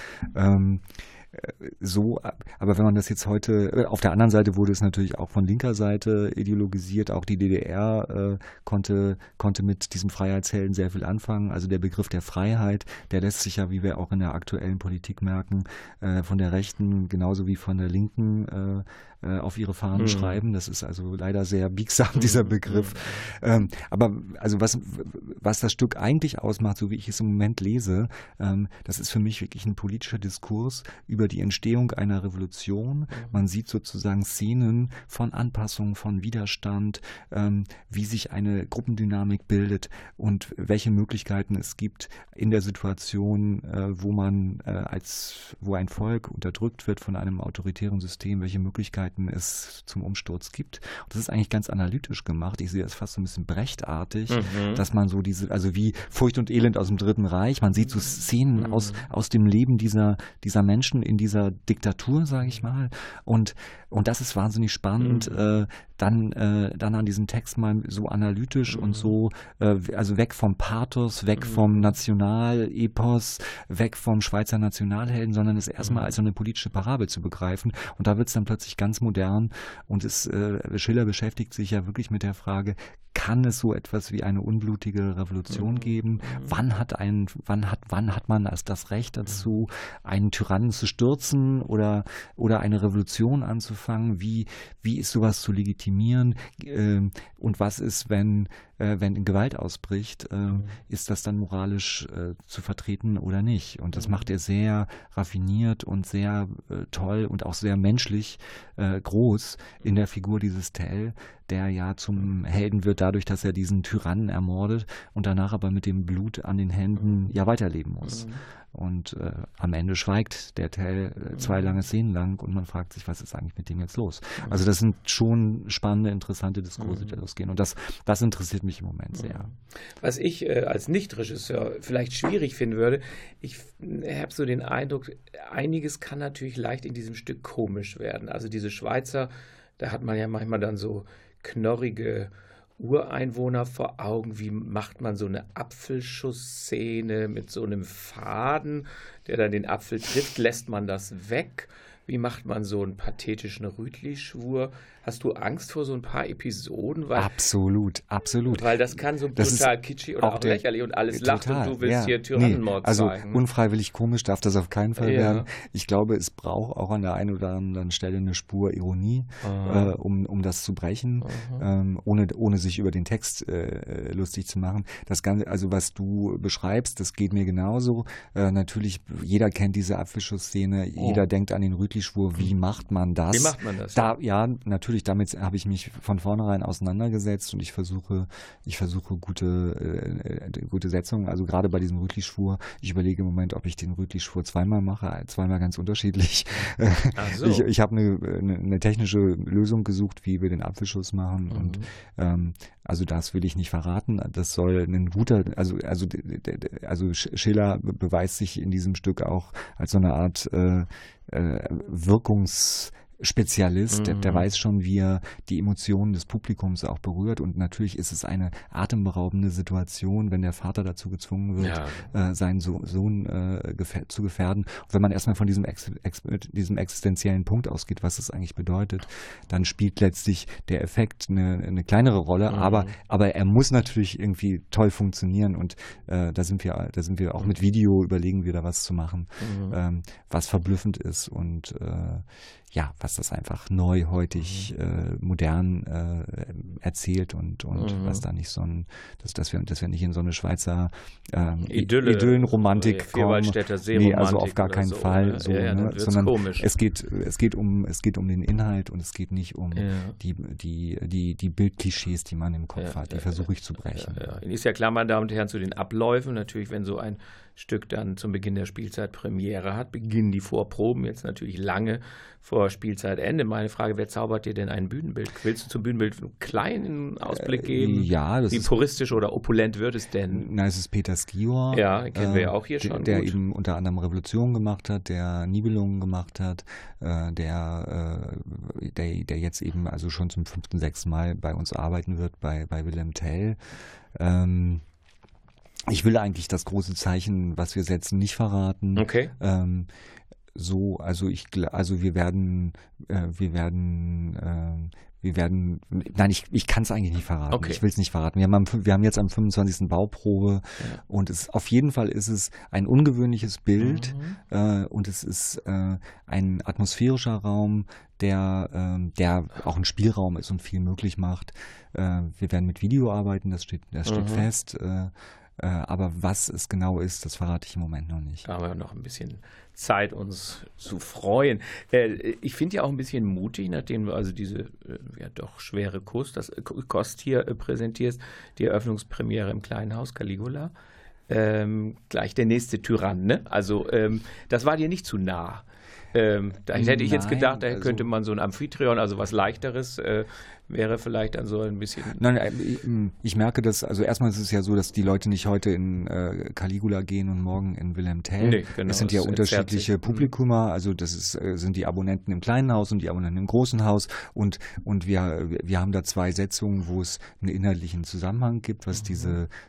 Aber wenn man das jetzt heute, auf der anderen Seite wurde es natürlich auch von linker Seite ideologisiert, auch die DDR konnte mit diesem Freiheitshelden sehr viel anfangen. Also der Begriff der Freiheit, der lässt sich ja, wie wir auch in der aktuellen Politik merken, von der Rechten genauso wie von der Linken auf ihre Fahnen schreiben. Das ist also leider sehr biegsam, dieser Begriff. Aber also was das Stück eigentlich ausmacht, so wie ich es im Moment lese, das ist für mich wirklich ein politischer Diskurs über die Entstehung einer Revolution. Man sieht sozusagen Szenen von Anpassung, von Widerstand, wie sich eine Gruppendynamik bildet und welche Möglichkeiten es gibt in der Situation, wo ein Volk unterdrückt wird von einem autoritären System, welche Möglichkeiten es zum Umsturz gibt. Und das ist eigentlich ganz analytisch gemacht. Ich sehe das fast so ein bisschen brechtartig, dass man so also wie Furcht und Elend aus dem Dritten Reich, man sieht so Szenen aus dem Leben dieser Menschen in dieser Diktatur, sage ich mal. Und das ist wahnsinnig spannend, dann an diesem Text mal so analytisch und so, also weg vom Pathos, weg vom Nationalepos, weg vom Schweizer Nationalhelden, sondern es erstmal als so eine politische Parabel zu begreifen. Und da wird es dann plötzlich ganz modern und Schiller beschäftigt sich ja wirklich mit der Frage, kann es so etwas wie eine unblutige Revolution geben? Wann hat man das Recht dazu, einen Tyrannen zu stürzen oder eine Revolution anzufangen? Wie ist sowas zu legitimieren? Und was ist, wenn Gewalt ausbricht, ist das dann moralisch zu vertreten oder nicht? Und das macht er sehr raffiniert und sehr toll und auch sehr menschlich groß in der Figur dieses Tell, der ja zum Helden wird dadurch, dass er diesen Tyrannen ermordet und danach aber mit dem Blut an den Händen ja weiterleben muss. Und am Ende schweigt der Tell 2 lange Szenen lang und man fragt sich, was ist eigentlich mit dem jetzt los? Also das sind schon spannende, interessante Diskurse, die losgehen. Und das interessiert mich im Moment sehr. Was ich als Nicht-Regisseur vielleicht schwierig finden würde, ich habe so den Eindruck, einiges kann natürlich leicht in diesem Stück komisch werden. Also diese Schweizer, da hat man ja manchmal dann so knorrige Ureinwohner vor Augen. Wie macht man so eine Apfelschuss-Szene mit so einem Faden, der dann den Apfel trifft? Lässt man das weg? Wie macht man so einen pathetischen Rütli-Schwur? Hast du Angst vor so ein paar Episoden? Absolut. Weil das kann so brutal kitschig oder auch lächerlich und alles lacht und du willst hier Tyrannenmord zeigen. Also unfreiwillig komisch darf das auf keinen Fall werden. Ich glaube, es braucht auch an der einen oder anderen Stelle eine Spur Ironie, um das zu brechen, ohne sich über den Text lustig zu machen. Das Ganze, also was du beschreibst, das geht mir genauso. Natürlich, jeder kennt diese Apfelschuss-Szene, jeder denkt an den Rütli Rütli-Schwur, wie macht man das? Wie macht man das? Ja, natürlich, damit habe ich mich von vornherein auseinandergesetzt und ich versuche gute Setzungen, also gerade bei diesem Rütli-Schwur, ich überlege im Moment, ob ich den Rütli-Schwur zweimal mache, zweimal ganz unterschiedlich. Ach so. Ich habe eine technische Lösung gesucht, wie wir den Apfelschuss machen und also das will ich nicht verraten. Das soll ein guter, also Schiller beweist sich in diesem Stück auch als so eine Art Wirkungsspezialist, der weiß schon, wie er die Emotionen des Publikums auch berührt und natürlich ist es eine atemberaubende Situation, wenn der Vater dazu gezwungen wird, seinen Sohn zu gefährden. Und wenn man erstmal von diesem existenziellen Punkt ausgeht, was das eigentlich bedeutet, dann spielt letztlich der Effekt eine kleinere Rolle, aber er muss natürlich irgendwie toll funktionieren und da sind wir auch mit Video, überlegen wir da was zu machen, was verblüffend ist und was das einfach neuheutig, modern erzählt und was da nicht so dass wir nicht in so eine Schweizer Idyllenromantik kommen. Vierwaldstätter Seeromantik. Nee, also auf gar keinen Fall. So, sondern komisch. es geht um den Inhalt und es geht nicht um die Bildklischees, die man im Kopf hat. Die versuche ich zu brechen. Ihnen ist ja klar, meine Damen und Herren, zu den Abläufen. Natürlich, wenn so ein Stück dann zum Beginn der Spielzeit Premiere hat, beginnen die Vorproben jetzt natürlich lange vor Spielzeitende. Meine Frage, wer zaubert dir denn ein Bühnenbild? Willst du zum Bühnenbild einen kleinen Ausblick geben? Ja. Wie puristisch oder opulent wird es denn? Na, es ist Peter Skior. Ja, den kennen wir ja auch hier schon. Der eben unter anderem Revolution gemacht hat, der Nibelungen gemacht hat, der jetzt eben also schon zum 5., 6. Mal bei uns arbeiten wird, bei Wilhelm Tell. Ich will eigentlich das große Zeichen, was wir setzen, nicht verraten. Okay. Wir werden, ich kann es eigentlich nicht verraten. Okay. Ich will es nicht verraten. Wir haben jetzt am 25. Bauprobe und auf jeden Fall ist es ein ungewöhnliches Bild und es ist ein atmosphärischer Raum, der auch ein Spielraum ist und viel möglich macht. Wir werden mit Video arbeiten, das steht fest. Aber was es genau ist, das verrate ich im Moment noch nicht. Aber noch ein bisschen Zeit, uns zu freuen. Ich finde ja auch ein bisschen mutig, nachdem du also diese doch schwere Kost hier präsentierst, die Eröffnungspremiere im Kleinen Haus Caligula. Gleich der nächste Tyrann, ne? Also das war dir nicht zu nah. Da hätte ich jetzt gedacht, da könnte man so ein Amphitryon, also was Leichteres, wäre vielleicht dann so ein bisschen... Nein, ich merke das, also erstmal ist es ja so, dass die Leute nicht heute in Caligula gehen und morgen in Wilhelm Tell. Nee, genau, es sind ja unterschiedliche Publikumer, also sind die Abonnenten im kleinen Haus und die Abonnenten im großen Haus und wir haben da 2 Setzungen, wo es einen inhaltlichen Zusammenhang gibt, was die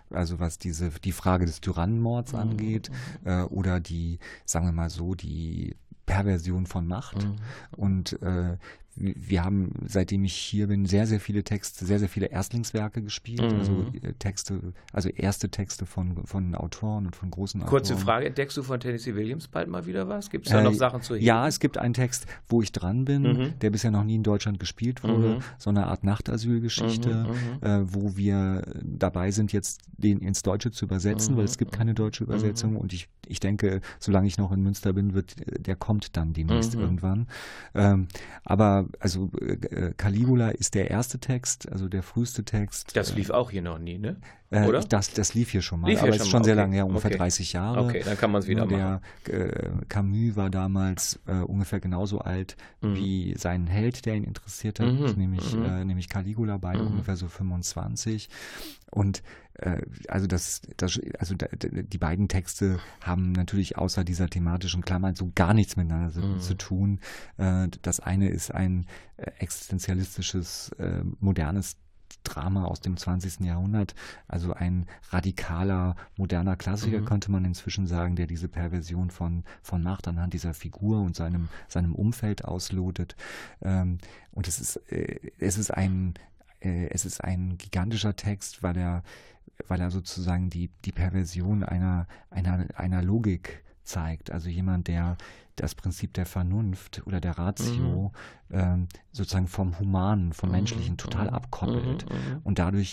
Frage des Tyrannenmords angeht oder die, sagen wir mal so, die Perversion von Macht und wir haben, seitdem ich hier bin, sehr, sehr viele Texte, sehr, sehr viele Erstlingswerke gespielt, also erste Texte von Autoren und von großen Autoren. Kurze Frage, entdeckst du von Tennessee Williams bald mal wieder was? Gibt es da noch Sachen zu heben? Ja, es gibt einen Text, wo ich dran bin, der bisher noch nie in Deutschland gespielt wurde, so eine Art Nachtasylgeschichte, wo wir dabei sind, jetzt den ins Deutsche zu übersetzen, weil es gibt keine deutsche Übersetzung und ich denke, solange ich noch in Münster bin, der kommt dann demnächst irgendwann. Aber also Caligula ist der erste Text, also der früheste Text. Das lief auch hier noch nie, ne? Oder? Das lief hier schon mal, aber es ist schon sehr lange her, ungefähr 30 Jahre. Okay, dann kann man es wieder machen. Camus war damals ungefähr genauso alt wie sein Held, der ihn interessiert hat, nämlich Caligula, beide ungefähr so 25. Und die beiden Texte haben natürlich außer dieser thematischen Klammer so gar nichts miteinander zu tun. Das eine ist ein existenzialistisches, modernes Drama aus dem 20. Jahrhundert, also ein radikaler, moderner Klassiker, könnte man inzwischen sagen, der diese Perversion von Macht anhand dieser Figur und seinem Umfeld auslotet. Und es ist ein gigantischer Text, weil er sozusagen die Perversion einer Logik zeigt. Also jemand, der das Prinzip der Vernunft oder der Ratio sozusagen vom Humanen, vom Menschlichen total abkoppelt und dadurch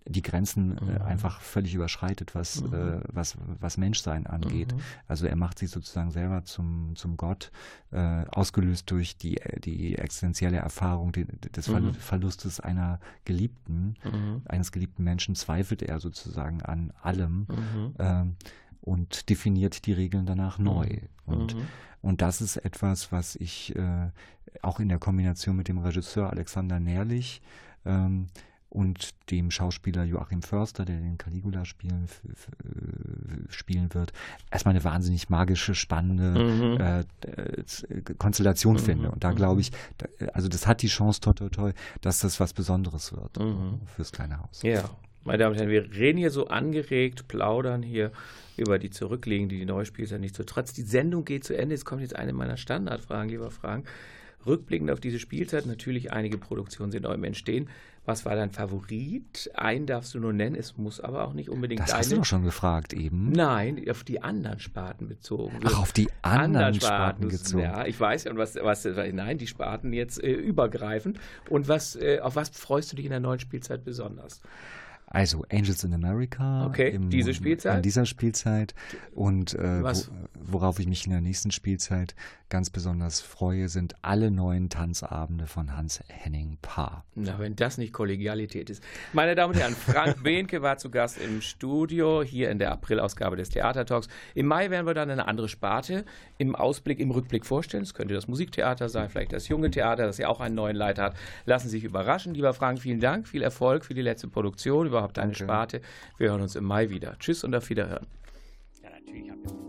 die Grenzen einfach völlig überschreitet, was Menschsein angeht. Also er macht sich sozusagen selber zum Gott, ausgelöst durch die existenzielle Erfahrung des Verlustes eines geliebten Menschen, zweifelt er sozusagen an allem und definiert die Regeln danach neu. Und das ist etwas, was ich auch in der Kombination mit dem Regisseur Alexander Nährlich und dem Schauspieler Joachim Förster, der den Caligula spielen wird, erstmal eine wahnsinnig magische, spannende Konstellation finde. Und da glaube ich, also das hat die Chance, toi, toi, toi, dass das was Besonderes wird fürs kleine Haus. Ja, meine Damen und Herren, wir reden hier so angeregt, plaudern hier über die zurückliegende, die neue Spielzeit nicht so. Trotz, die Sendung geht zu Ende. Jetzt kommt jetzt eine meiner Standardfragen, lieber Frank. Rückblickend auf diese Spielzeit, natürlich einige Produktionen sind neu im Entstehen. Was war dein Favorit? Einen darfst du nur nennen, es muss aber auch nicht unbedingt Das hast du doch schon gefragt eben. Nein, auf die anderen Sparten bezogen. Ach, auf die anderen Sparten gezogen. Ja, ich weiß ja, nein, die Sparten jetzt übergreifend. Und auf was freust du dich in der neuen Spielzeit besonders? Also Angels in America. Okay, diese Spielzeit? In dieser Spielzeit. Und worauf ich mich in der nächsten Spielzeit ganz besonders freue, sind alle neuen Tanzabende von Hans-Henning Paar. Na, wenn das nicht Kollegialität ist. Meine Damen und Herren, Frank Behnke war zu Gast im Studio, hier in der Aprilausgabe des Theatertalks. Im Mai werden wir dann eine andere Sparte im Rückblick vorstellen. Es könnte das Musiktheater sein, vielleicht das junge Theater, das ja auch einen neuen Leiter hat. Lassen Sie sich überraschen. Lieber Frank, vielen Dank, viel Erfolg für die letzte Produktion, überhaupt deine Sparte. Wir hören uns im Mai wieder. Tschüss und auf Wiederhören. Ja, natürlich haben wir...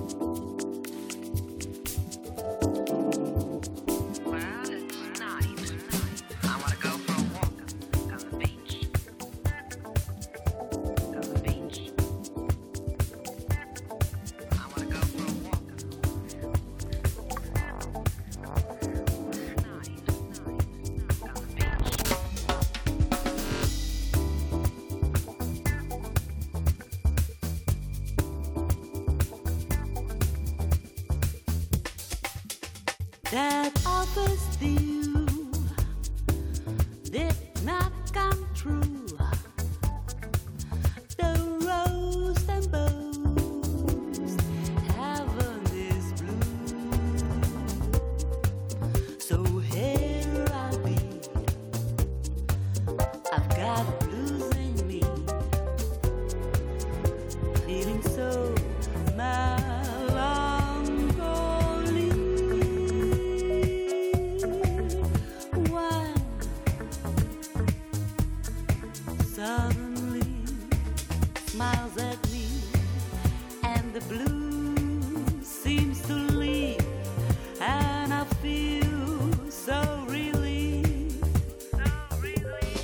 That offers you did not come true. The rose and boast, heaven is blue. So here I'll be. I've got the blues in me, feeling so suddenly smiles at me, and the blue seems to leave, and I feel so relieved, so relieved.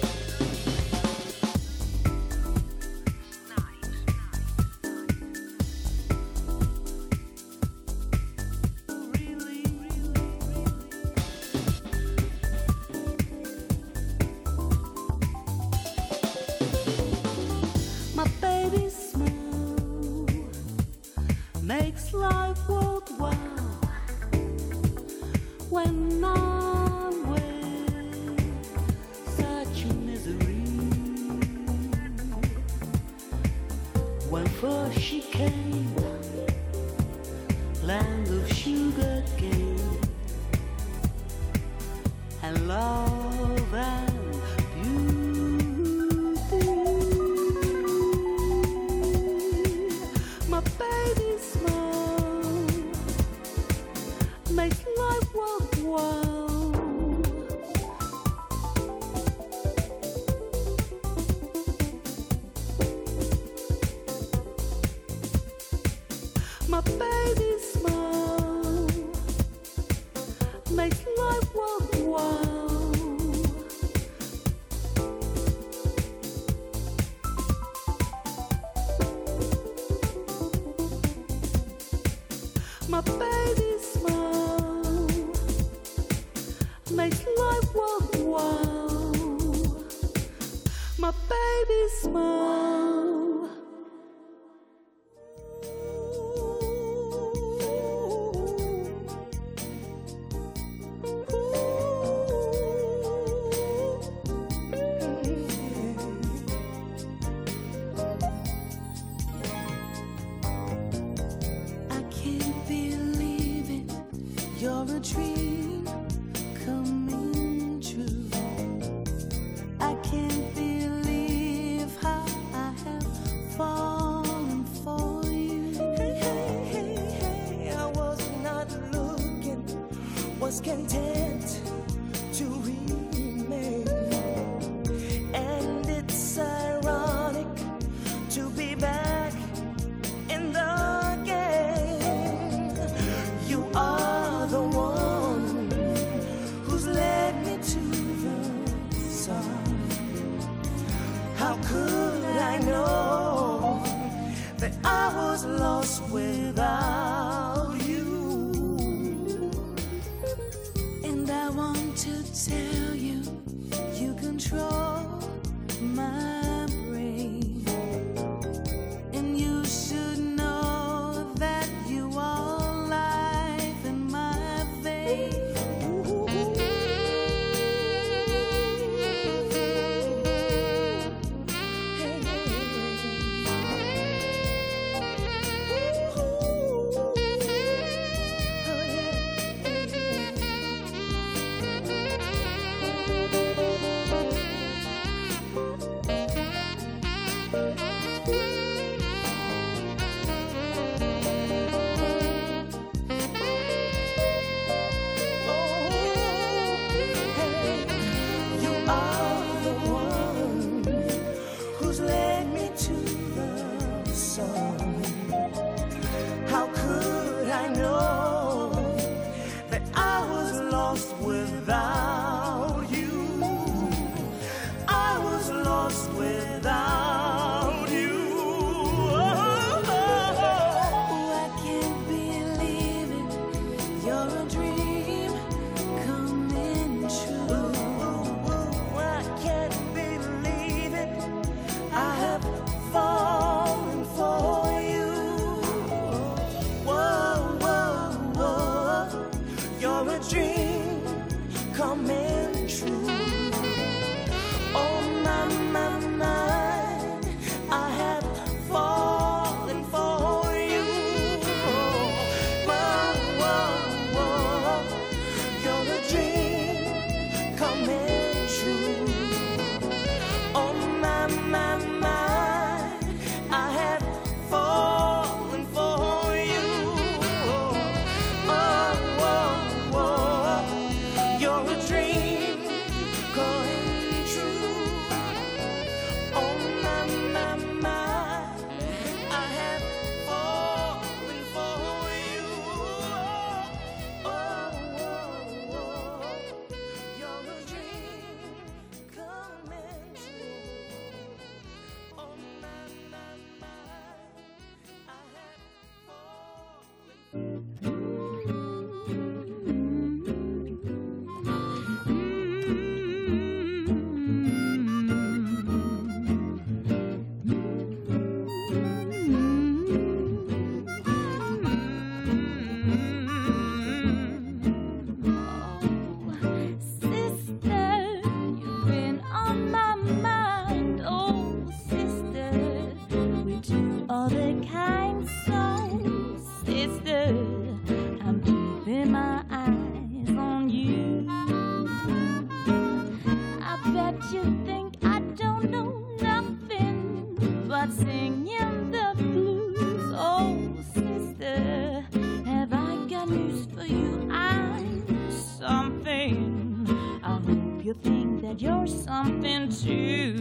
My baby's smile makes life worthwhile when I'm with such misery. When first she came, land of sugar cane and love and my baby's smile makes life worthwhile. My baby's smile makes life worthwhile. My baby's smile makes life worthwhile. My baby's smile. dream coming true. I can't believe how I have fallen for you. Hey, hey, hey, hey, I was not looking, was content to remain. And it's ironic to be back in the game. You are the one who's led me to the sun. How could I know that I was lost without you? And I want to tell you, you control my brain. And you should know that you are life in my veins. You are the one who's led me to the sun. How could I know that I was lost without you? I was lost without you. Oh, I can't believe it. You're a dream coming true. I can't believe it. I have fallen for you. Whoa, whoa, whoa. You're a dream coming true. Oh, my, I have fallen for you. Whoa, whoa, whoa. You're a dream coming true. Oh, my, I have fallen for you. Oh, whoa, whoa. You're a dream coming true. Oh, my, I have fallen for you. Oh, whoa, whoa. You're a dream coming true. Oh, my, I have fallen. Sister, you've been on my mind. Oh, sister, we do all the kind songs. Sister, I'm keeping my eyes on you. I bet you think I don't know nothing but singing the blues. Oh, sister, have I got news for you? I'm something. I hope you think that you're something too.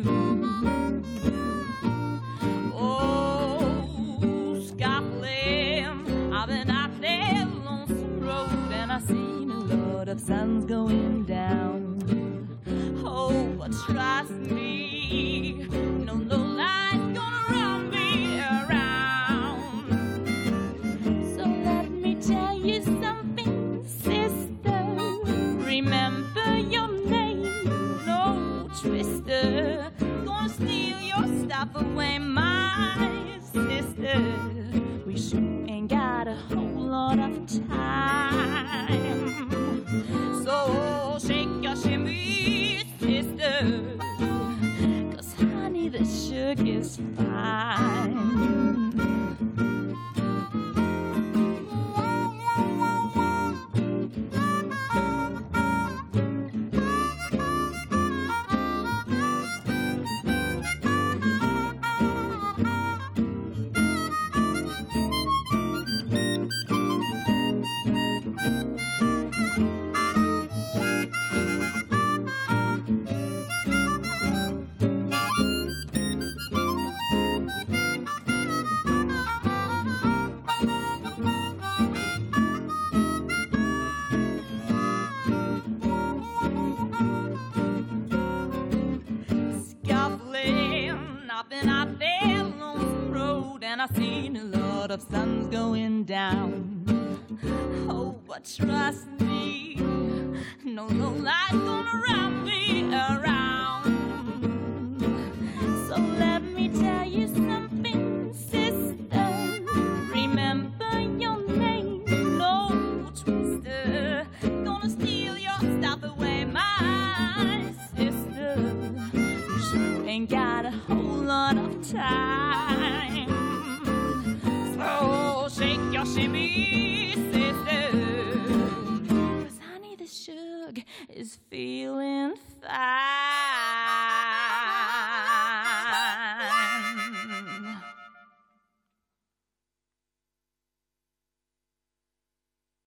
Oh, Scotland, I've been out there on some road and I've seen a lot of suns going down. Oh, but trust me, no lie's gonna run me around. So let me tell you something, sister. Remember your name, no twister. Gonna steal your stuff away, my sister. We sure ain't got a whole lot of time. So shake your shimmy, sister. 'Cause honey, the sun's going down. Oh, but trust me, no light's gonna wrap me around. So let me tell you something, sister. Remember your name, no twister. Gonna steal your stuff away, my sister. You sure ain't got a whole lot of time. So shake your shimmy, sister. 'Cause honey, the sugar is feeling